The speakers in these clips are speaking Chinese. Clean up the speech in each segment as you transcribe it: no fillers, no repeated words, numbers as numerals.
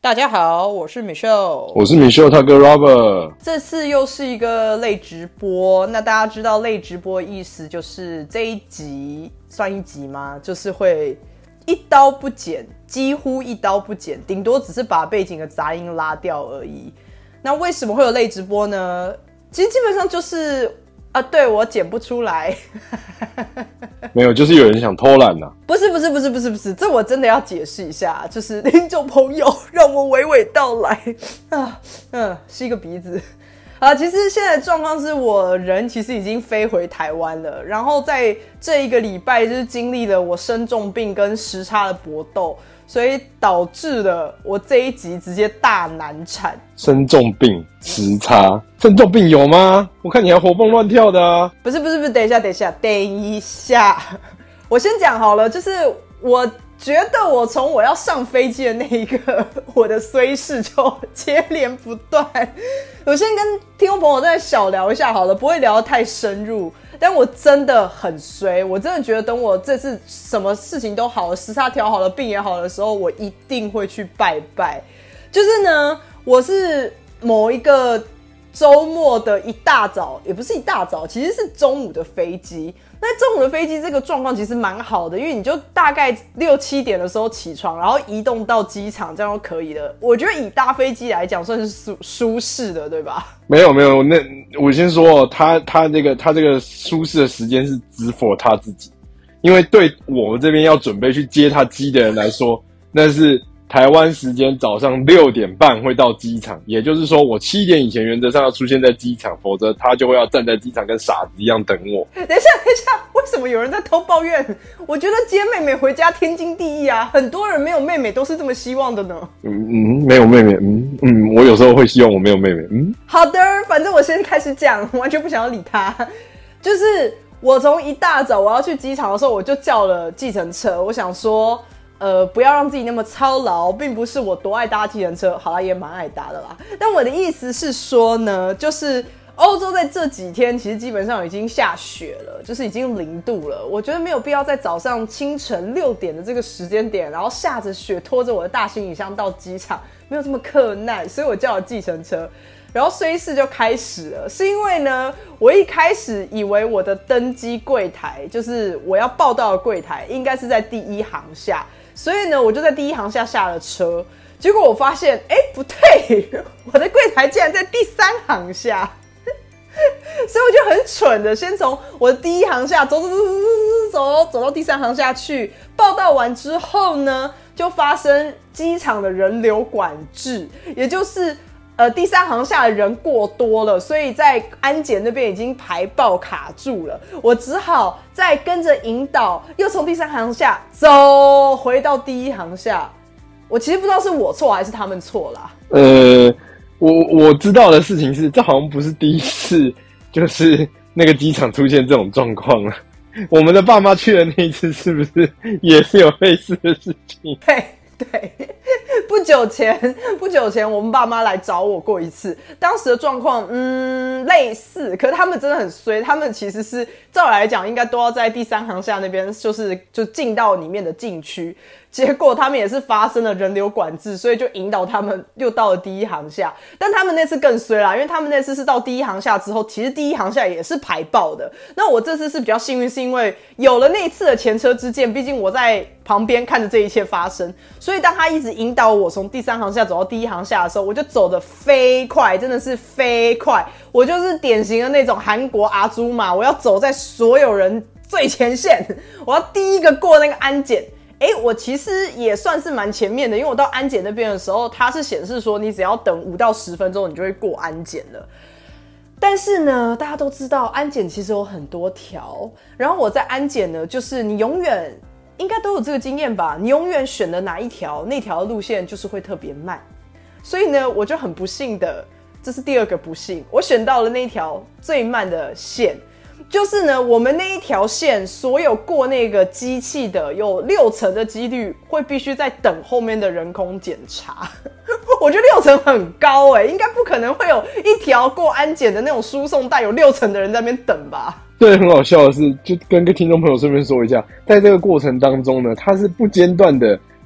大家好，我是 Michelle， 我是 Michelle 他哥 Robert。 这次又是一个类直播，那大家知道类直播的意思就是这一集算一集吗？就是会一刀不剪，几乎一刀不剪，顶多只是把背景的杂音拉掉而已。那为什么会有类直播呢？其实基本上就是对，我剪不出来。 没有，就是有人想偷懒啊。 不是，这我真的要解释一下，就是听众朋友，让我娓娓道来吸个鼻子其实现在的状况是我人其实已经飞回台湾了，然后在这一个礼拜就是经历了我生重病跟时差的搏斗，所以导致了我这一集直接大难产。 生重病时差，生重病有吗？我看你还活蹦乱跳的啊。 不是，等一下，我先讲好了，就是我觉得我从我要上飞机的那一个，我的衰事就接连不断。我先跟听众朋友再小聊一下好了，不会聊得太深入，但我真的很衰，我真的觉得等我这次什么事情都好了，时差调好了，病也好的时候，我一定会去拜拜。就是呢，我是某一个周末的一大早，也不是一大早，其实是中午的飞机。那中午的飞机这个状况其实蛮好的，因为你就大概6、7点的时候起床，然后移动到机场，这样就可以了。我觉得以搭飞机来讲，算是舒适的，对吧？ 没有，那我先说，他这个舒适的时间是只 for 他自己，因为对我们这边要准备去接他机的人来说，那是台湾时间早上6点半会到机场，也就是说我7点以前原则上要出现在机场，否则他就会要站在机场跟傻子一样等我。 等一下，为什么有人在偷抱怨？我觉得接妹妹回家天经地义啊，很多人没有妹妹都是这么希望的呢。 没有妹妹，我有时候会希望我没有妹妹。 好的，反正我先开始讲，完全不想要理他。就是我从一大早我要去机场的时候，我就叫了计程车，我想说不要让自己那么操劳，并不是我多爱搭计程车，好啦，也蛮爱搭的啦。但我的意思是说呢，就是欧洲在这几天其实基本上已经下雪了，就是已经0度了。我觉得没有必要在早上清晨6点的这个时间点，然后下着雪拖着我的大行李箱到机场，没有这么困难，所以我叫了计程车。然后衰事就开始了，是因为呢，我一开始以为我的登机柜台，就是我要报到的柜台，应该是在第1航厦，所以呢，我就在第1航厦下了车。结果我发现，不对，我的柜台竟然在第3航厦，所以我就很蠢的，先从我的第1航厦走到第3航厦去。报到完之后呢，就发生机场的人流管制，也就是第3航厦的人过多了，所以在安检那边已经排爆卡住了，我只好再跟着引导，又从第3航厦走回到第1航厦。我其实不知道是我错还是他们错啦。 我知道的事情是，这好像不是第一次，就是那个机场出现这种状况了。我们的爸妈去的那一次，是不是也是有类似的事情？ 对，不久前我们爸妈来找我过一次，当时的状况类似，可是他们真的很衰，他们其实是照来讲应该都要在第3航厦那边就进到里面的禁区，结果他们也是发生了人流管制，所以就引导他们又到了第1航厦。但他们那次更衰啦，因为他们那次是到第1航厦之后，其实第1航厦也是排爆的。那我这次是比较幸运，是因为有了那一次的前车之鉴，毕竟我在旁边看着这一切发生，所以当他一直引导我从第3航厦走到第1航厦的时候，我就走得飞快，真的是飞快。我就是典型的那种韩国阿朱玛，我要走在所有人最前线，我要第一个过那个安检。我其实也算是蛮前面的，因为我到安检那边的时候，它是显示说你只要等5到10分钟，你就会过安检了。但是呢，大家都知道安检其实有很多条，然后我在安检呢，就是你永远应该都有这个经验吧，你永远选的哪一条，那条路线就是会特别慢。所以呢，我就很不幸的，这是第2个不幸，我选到了那条最慢的线。就是呢，我们那一条线，所有过那个机器的有60%的几率会必须在等后面的人工检查。我觉得60%很高应该不可能会有一条过安检的那种输送带有60%的人在那边等吧。 对，很好笑的是，就跟听众朋友顺便说一下，在这个过程当中呢，它是不间断的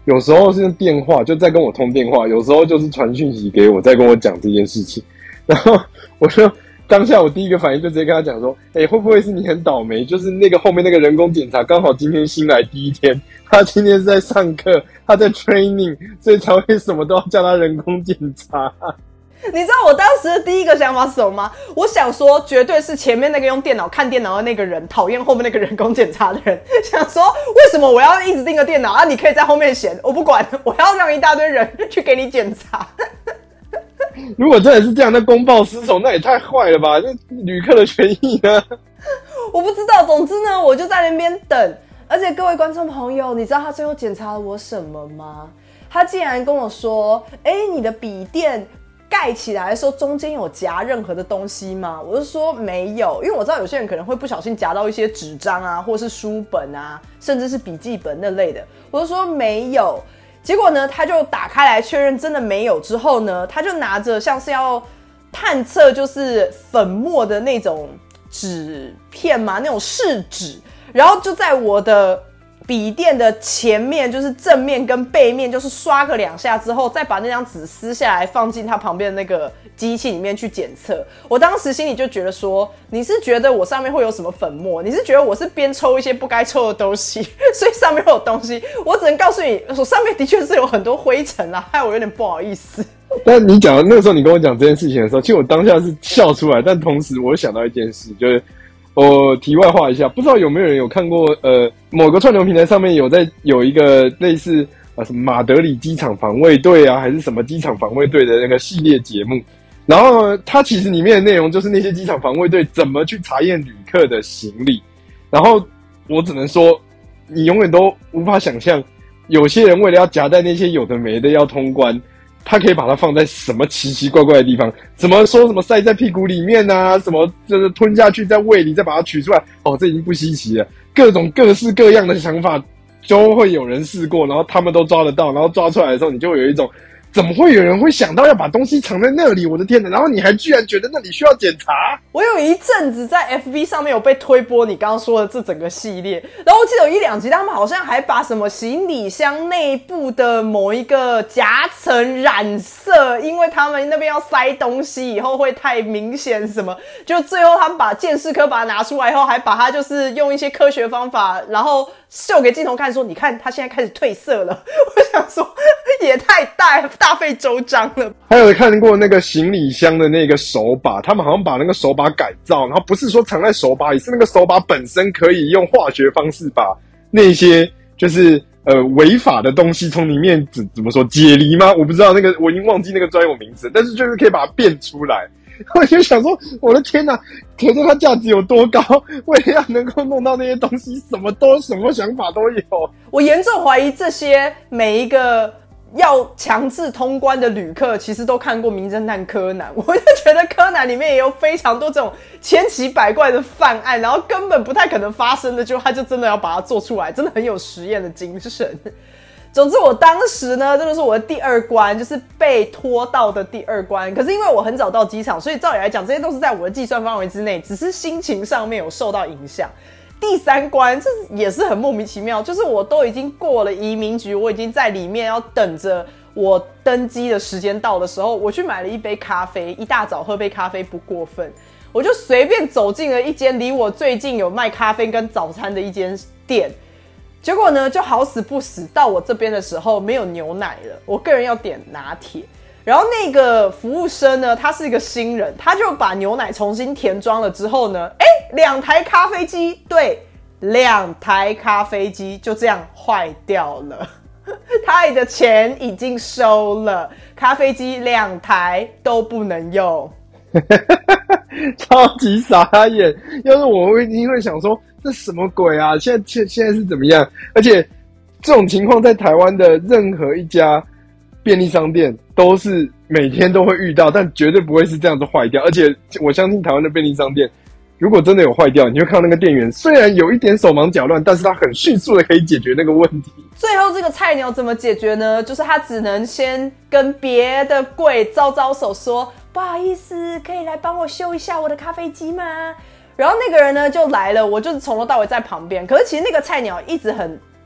有时候是用电话，就在跟我通电话，有时候就是传讯息给我，在跟我讲这件事情。然后我就当下我第一个反应就直接跟他讲说，会不会是你很倒霉？就是那个后面那个人工检查刚好今天新来第一天，他今天是在上课，他在 training， 所以才会什么都要叫他人工检查。 你知道我当时的第一个想法是什么吗？我想说，绝对是前面那个用电脑看电脑的那个人讨厌后面那个人工检查的人，想说为什么我要一直盯着电脑啊？你可以在后面闲，我不管，我要让一大堆人去给你检查。 如果真的是这样，那公报私仇，那也太坏了吧？那旅客的权益呢？ 我不知道，总之呢，我就在那边等。而且各位观众朋友，你知道他最后检查了我什么吗？他竟然跟我说：“你的笔电盖起来的时候中间有夹任何的东西吗？”我就说没有，因为我知道有些人可能会不小心夹到一些纸张啊，或是书本啊，甚至是笔记本那类的。我就说没有。结果呢，他就打开来确认真的没有之后呢，他就拿着像是要探测就是粉末的那种纸片嘛，那种试纸，然后就在我的笔电的前面，就是正面跟背面，就是刷个2下之后，再把那张纸撕下来放进他旁边的那个机器里面去检测。我当时心里就觉得说，你是觉得我上面会有什么粉末？你是觉得我是边抽一些不该抽的东西，所以上面会有东西？我只能告诉你，我上面的确是有很多灰尘啦，害我有点不好意思。 但你讲那个时候，你跟我讲这件事情的时候，其实我当下是笑出来，但同时我想到一件事，就是我题外话一下，不知道有没有人有看过某个串流平台上面有一个类似什么马德里机场防卫队啊，还是什么机场防卫队的那个系列节目。然后它其实里面的内容就是那些机场防卫队怎么去查验旅客的行李。然后我只能说，你永远都无法想象，有些人为了要夹带那些有的没的要通关，他可以把它放在什么奇奇怪怪的地方，怎么说什么塞在屁股里面啊，什么就是吞下去在胃里再把它取出来，这已经不稀奇了。各种各式各样的想法都会有人试过，然后他们都抓得到，然后抓出来的时候，你就会有一种怎么会有人会想到要把东西藏在那里？我的天哪！然后你还居然觉得那里需要检查？ 我有一阵子在 FB 上面有被推播你刚刚说的这整个系列，然后我记得有1-2集，他们好像还把什么行李箱内部的某一个夹层染色，因为他们那边要塞东西，以后会太明显什么，就最后他们把鉴识科把它拿出来以后，还把它就是用一些科学方法，然后秀给镜头看说，你看它现在开始褪色了。我想说也太大费周章了。 还有看过那个行李箱的那个手把，他们好像把那个手把改造，然后不是说藏在手把里，是那个手把本身可以用化学方式把那些就是违法的东西从里面怎么说解离吗？我不知道那个，我已经忘记那个专有名词，但是就是可以把它变出来。我就想说，我的天哪，可是它价值有多高？为了要能够弄到那些东西，什么想法都有。 我严重怀疑这些每一个要强制通关的旅客，其实都看过《名侦探柯南》。我就觉得柯南里面也有非常多这种千奇百怪的犯案，然后根本不太可能发生的，他就真的要把它做出来，真的很有实验的精神。总之我当时呢，这就是我的第2关，就是被拖到的第2关。可是因为我很早到机场，所以照理来讲这些都是在我的计算范围之内，只是心情上面有受到影响。第3关这也是很莫名其妙，就是我都已经过了移民局，我已经在里面要等着我登机的时间到的时候，我去买了一杯咖啡，一大早喝杯咖啡不过分，我就随便走进了一间离我最近有卖咖啡跟早餐的一间店。结果呢，就好死不死到我这边的时候没有牛奶了，我个人要点拿铁。然后那个服务生呢，他是一个新人，他就把牛奶重新填装了之后呢，2台咖啡机，对，2台咖啡机就这样坏掉了。他的钱已经收了，咖啡机2台都不能用。 超级傻眼！要是我一定会想说，这什么鬼啊？现在是怎么样？而且这种情况在台湾的任何一家便利商店都是每天都会遇到，但绝对不会是这样子坏掉。而且我相信台湾的便利商店，如果真的有坏掉，你会看到那个店员虽然有一点手忙脚乱，但是他很迅速的可以解决那个问题。 最后这个菜鸟怎么解决呢？就是他只能先跟别的柜招手说，不好意思，可以来帮我修一下我的咖啡机吗？然后那个人呢就来了，我就是从头到尾在旁边。可是其实那个菜鸟一直很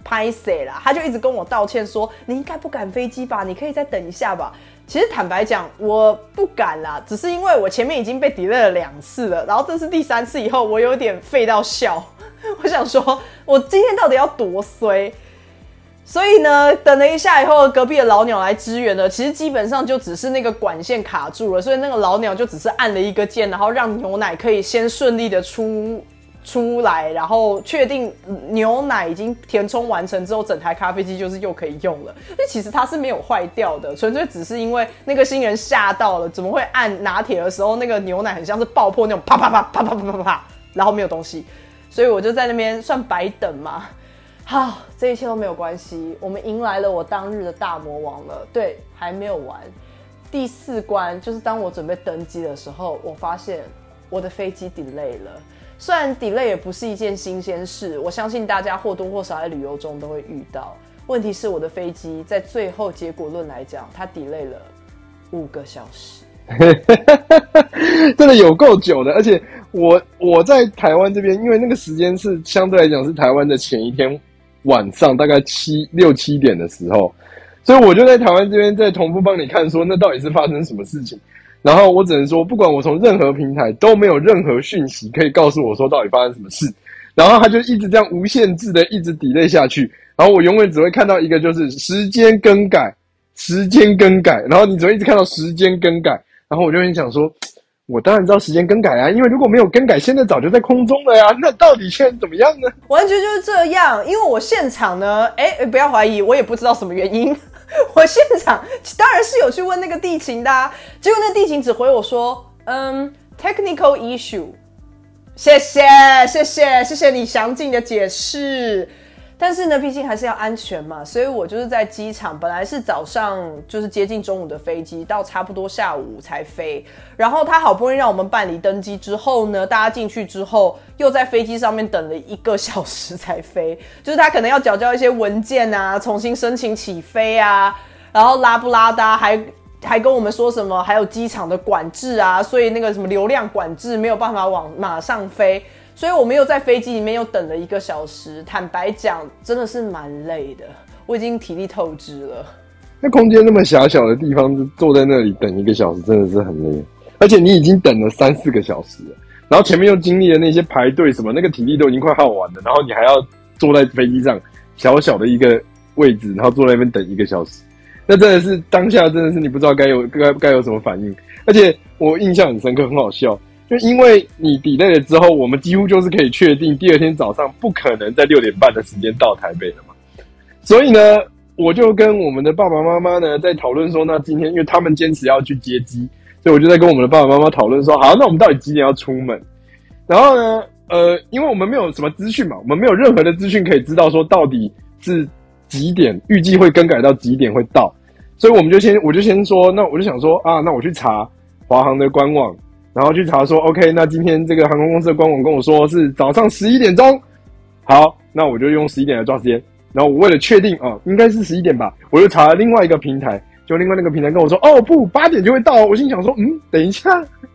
拍谁啦，他就一直跟我道歉说你应该不赶飞机吧，你可以再等一下吧。其实坦白讲我不敢啦，只是因为我前面已经被 delay 了2次了，然后这是第3次以后我有点废到笑，我想说我今天到底要多衰。所以呢，等了一下以后，隔壁的老鸟来支援了。其实基本上就只是那个管线卡住了，所以那个老鸟就只是按了一个键，然后让牛奶可以先顺利的出来，然后确定牛奶已经填充完成之后，整台咖啡机就是又可以用了。所以其实它是没有坏掉的，纯粹只是因为那个新人吓到了，怎么会按拿铁的时候那个牛奶很像是爆破那种啪啪啪啪啪啪啪啪，然后没有东西，所以我就在那边算白等嘛。好，这一切都没有关系，我们迎来了我当日的大魔王了。对，还没有完。第4关就是当我准备登机的时候，我发现我的飞机 delay 了。虽然 delay 也不是一件新鲜事，我相信大家或多或少在旅游中都会遇到。问题是我的飞机在最后结果论来讲，它 delay 了5个小时。 真的有够久的，而且我在台湾这边，因为那个时间是相对来讲是台湾的前一天晚上大概6、7点的时候，所以我就在台湾这边在同步帮你看说那到底是发生什么事情。然后我只能说，不管我从任何平台都没有任何讯息可以告诉我说到底发生什么事，然后他就一直这样无限制的一直 delay 下去，然后我永远只会看到一个就是时间更改，然后你只会一直看到时间更改，然后我就很想说，我当然知道时间更改啊，因为如果没有更改，现在早就在空中了呀。那到底现在怎么样呢？ 完全就是这样，因为我现场呢，不要怀疑，我也不知道什么原因。我现场当然是有去问那个地勤的结果那地勤只回我说，technical issue。谢谢你详尽的解释。但是呢，毕竟还是要安全嘛，所以我就是在机场，本来是早上就是接近中午的飞机，到差不多下午才飞。然后他好不容易让我们办理登机之后呢，大家进去之后，又在飞机上面等了1个小时才飞。就是他可能要缴交一些文件啊，重新申请起飞啊，然后拉不拉搭，还跟我们说什么，还有机场的管制啊，所以那个什么流量管制没有办法往马上飞。所以我们又在飞机里面又等了1个小时，坦白讲真的是蛮累的，我已经体力透支了。 那空间那么狭小的地方，坐在那里等1个小时真的是很累，而且你已经等了3、4个小时了，然后前面又经历了那些排队什么，那个体力都已经快耗完了，然后你还要坐在飞机上小小的一个位置，然后坐在那边等1个小时，那真的是当下真的是你不知道该有什么反应。而且我印象很深刻，很好笑。就因为你 delay 了之后，我们几乎就是可以确定第2天早上不可能在6点半的时间到台北了嘛。所以呢，我就跟我们的爸爸妈妈呢在讨论说，那今天因为他们坚持要去接机，所以我就在跟我们的爸爸妈妈讨论说，好，那我们到底几点要出门？然后呢，因为我们没有什么资讯嘛，我们没有任何的资讯可以知道说到底是几点，预计会更改到几点会到，所以我就先说，那我就想说啊，那我去查华航的官网。然后去查说 OK， 那今天这个航空公司的官网跟我说是早上11点钟，好，那我就用11点来抓时间。然后我为了确定应该是11点吧，我就查了另外一个平台，就另外那个平台跟我说不，8点就会到。我心想说等一下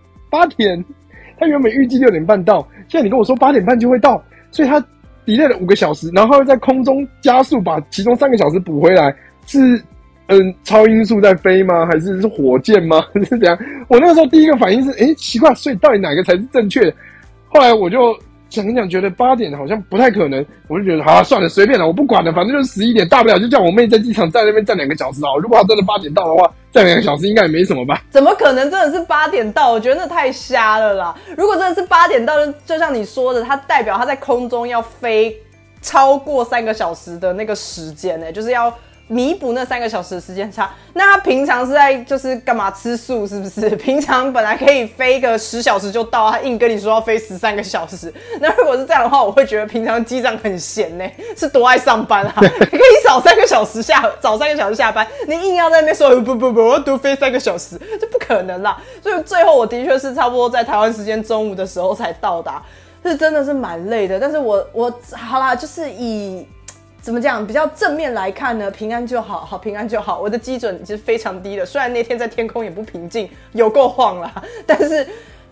，8点，他原本预计6点半到，现在你跟我说8点半就会到，所以他 delay 了5个小时，然后他又在空中加速把其中3个小时补回来，是超音速在飞吗？还是火箭吗？还是怎样？我那个时候第一个反应是，奇怪，所以到底哪个才是正确的？后来我就想一想，觉得8点好像不太可能，我就觉得好算了，随便了，我不管了，反正就是11点，大不了就叫我妹在机场站那边站2个小时好了。如果她真的8点到的话，站2个小时应该也没什么吧？ 怎么可能真的是8点到？我觉得那太瞎了啦！如果真的是8点到，就像你说的，它代表它在空中要飞超过3个小时的那个时间就是要弥补那3个小时的时间差。那他平常是在就是干嘛吃素是不是？平常本来可以飞个10小时就到，他硬跟你说要飞13个小时。那如果是这样的话，我会觉得平常机长很闲是多爱上班啊！可以早3个小时下班，你硬要在那边说不，我要多飞3个小时，这不可能啦。所以最后我的确是差不多在台湾时间中午的时候才到达，是真的是蛮累的。但是我好啦，就是以怎么讲比较正面来看呢？平安就好，好平安就好。我的基准其实非常低的，虽然那天在天空也不平静，有够晃啦，但是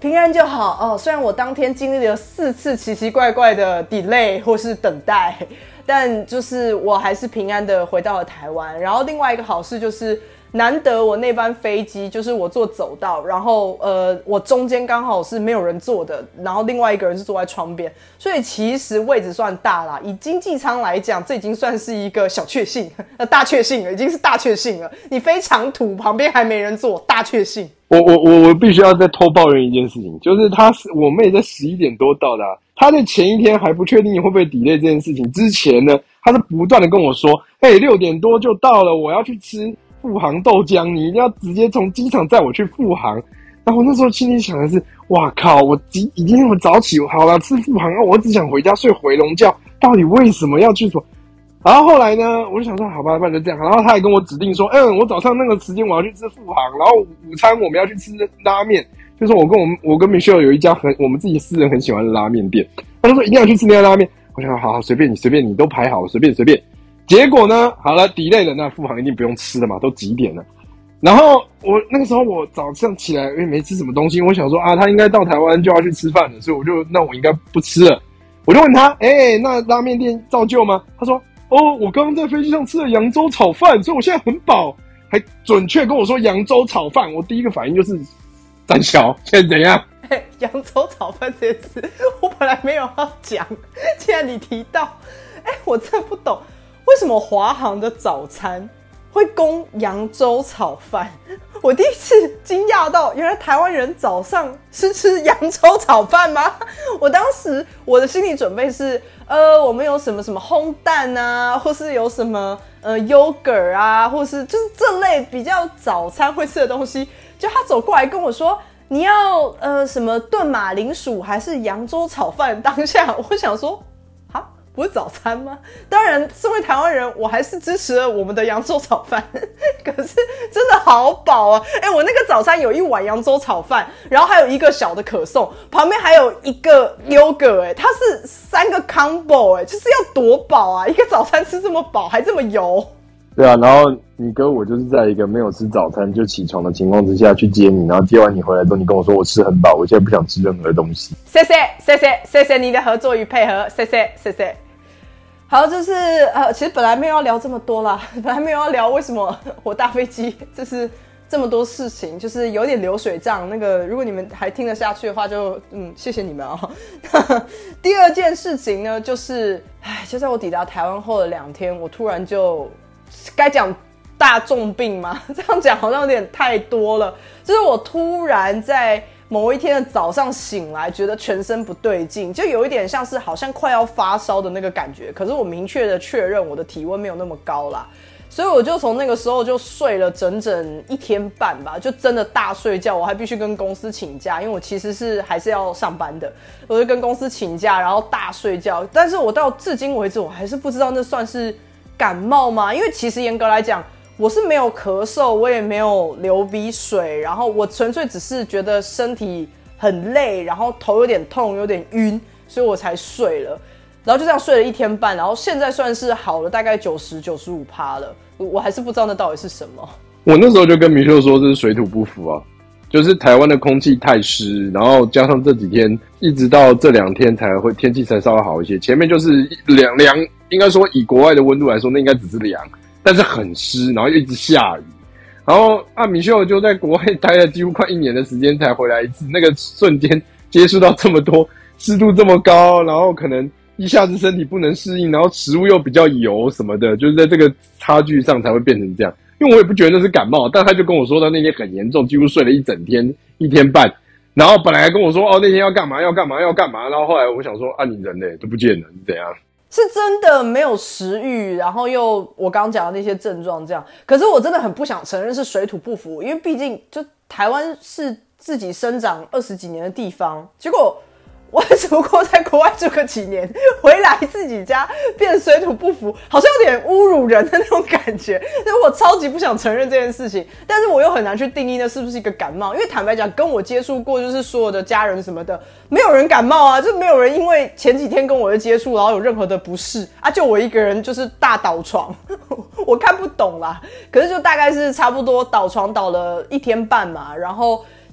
平安就好哦。虽然我当天经历了4次奇奇怪怪的 delay 或是等待，但就是我还是平安的回到了台湾。然后另外一个好事就是，难得我那班飞机就是我坐走道，然后我中间刚好是没有人坐的，然后另外一个人是坐在窗边，所以其实位置算大啦。以经济舱来讲，这已经算是一个小确幸，大确幸了，已经是大确幸了。你飞长途旁边还没人坐，大确幸。 我必须要再偷抱怨一件事情，就是我妹在11点多到的她在前一天还不确定会不会 delay 这件事情之前呢，她是不断的跟我说，6点多就到了，我要去吃富航豆浆，你一定要直接从机场载我去富航。然后我那时候心里想的是，哇靠，我已经那么早起，好了，吃富航我只想回家睡回笼觉，到底为什么要去什么？然后后来呢，我就想说，好吧，不然就这样。然后他还跟我指定说，我早上那个时间我要去吃富航，然后午餐我们要去吃拉面，就是我跟 Michelle 有一家我们自己私人很喜欢的拉面店，他就说一定要去吃那家拉面。我想好，随便你都排好，随便。结果呢，好了 delay 了，那富航一定不用吃了嘛，都几点了？然后那个时候我早上起来因为没吃什么东西，我想说他应该到台湾就要去吃饭了，所以我应该不吃了。我就问他，那拉面店照旧吗？他说，我刚刚在飞机上吃了扬州炒饭，所以我现在很饱，还准确跟我说扬州炒饭。我第一个反应就是三小，现在怎样？ 扬州炒饭这件事，我本来没有要讲，既然你提到，我真的不懂为什么华航的早餐会供扬州炒饭。我第一次惊讶到，原来台湾人早上是吃扬州炒饭吗？我当时我的心理准备是，我们有什么什么烘蛋啊，或是有什么yogurt 啊，或是就是这类比较早餐会吃的东西。就他走过来跟我说，你要什么炖马铃薯还是扬州炒饭？当下我想说，不是早餐吗？当然，身为台湾人，我还是支持了我们的扬州炒饭。可是真的好饱啊！我那个早餐有一碗扬州炒饭，然后还有一个小的可颂，旁边还有一个yogurt，它是3个 combo，就是要多饱啊！一个早餐吃这么饱，还这么油。 对啊，然后你哥我就是在一个没有吃早餐就起床的情况之下去接你，然后接完你回来之后，你跟我说我吃很饱，我现在不想吃任何东西。 谢谢你的合作与配合，谢谢。好，就是其实本来没有要聊这么多啦，本来没有要聊为什么我搭飞机，就是这么多事情，就是有点流水账。那个如果你们还听得下去的话就，谢谢你们啊。第二件事情呢，就是就在我抵达台湾后的2天，我突然就该讲大重病吗？这样讲好像有点太多了。就是我突然在某一天的早上醒来，觉得全身不对劲，就有一点像是好像快要发烧的那个感觉。可是我明确的确认我的体温没有那么高啦，所以我就从那个时候就睡了整整1天半吧，就真的大睡觉。我还必须跟公司请假，因为我其实还是要上班的，我就跟公司请假，然后大睡觉。但是我到至今为止，我还是不知道那算是感冒吗？因为其实严格来讲，我是没有咳嗽，我也没有流鼻水，然后我纯粹只是觉得身体很累，然后头有点痛，有点晕，所以我才睡了。然后就这样睡了1天半，然后现在算是好了大概90-95% 了。我还是不知道那到底是什么。 我那时候就跟米秀说这是水土不服啊，就是台湾的空气太湿，然后加上这几天一直到这2天天气才稍微好一些，前面就是凉，应该说以国外的温度来说，那应该只是凉。但是很湿，然后又一直下雨，然后米秀就在国外待了几乎快1年的时间才回来一次，那个瞬间接触到这么多湿度这么高，然后可能一下子身体不能适应，然后食物又比较油什么的，就是在这个差距上才会变成这样。因为我也不觉得那是感冒，但他就跟我说他那天很严重，几乎睡了一整天1天半，然后本来还跟我说那天要干嘛，然后后来我想说你人呢都不见了，是怎样？ 是真的没有食欲，然后又我刚刚讲的那些症状这样。可是我真的很不想承认是水土不服，因为毕竟就台湾是自己生长20几年的地方，结果我只不过在国外住个几年，回来自己家变水土不服，好像有点侮辱人的那种感觉。所以我超级不想承认这件事情，但是我又很难去定义那是不是一个感冒，因为坦白讲，跟我接触过就是所有的家人什么的，没有人感冒啊，就没有人因为前几天跟我的接触，然后有任何的不适啊，就我一个人就是大倒床，我看不懂啦。可是就大概是差不多倒床倒了1天半嘛，然后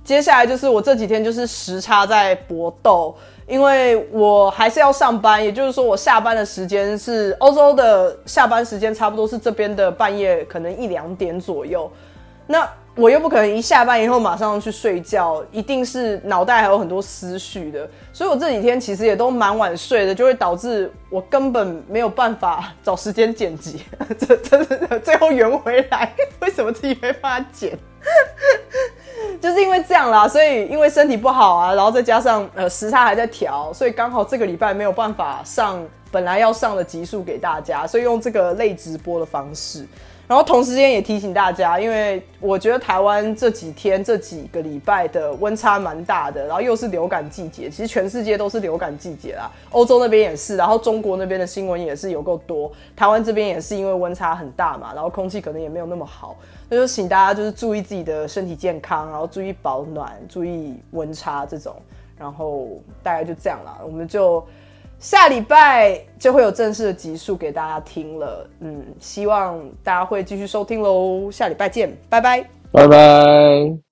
接下来就是我这几天就是时差在搏斗，因为我还是要上班，也就是说我下班的时间是欧洲的下班时间，差不多是这边的半夜可能1-2点左右。那我又不可能一下班以后马上去睡觉，一定是脑袋还有很多思绪的，所以我这几天其实也都蛮晚睡的，就会导致我根本没有办法找时间剪辑，这最后圆回来，为什么自己没办法剪？就是因为这样啦，所以因为身体不好啊，然后再加上时差还在调，所以刚好这个礼拜没有办法上本来要上的集数给大家，所以用这个类直播的方式。然后同时间也提醒大家，因为我觉得台湾这几天这几个礼拜的温差蛮大的，然后又是流感季节，其实全世界都是流感季节啦，欧洲那边也是，然后中国那边的新闻也是有够多，台湾这边也是因为温差很大嘛，然后空气可能也没有那么好，所以就请大家就是注意自己的身体健康，然后注意保暖，注意温差这种，然后大概就这样啦，我们就下礼拜就会有正式的集数给大家听了，希望大家会继续收听咯，下礼拜见，拜拜， 拜拜。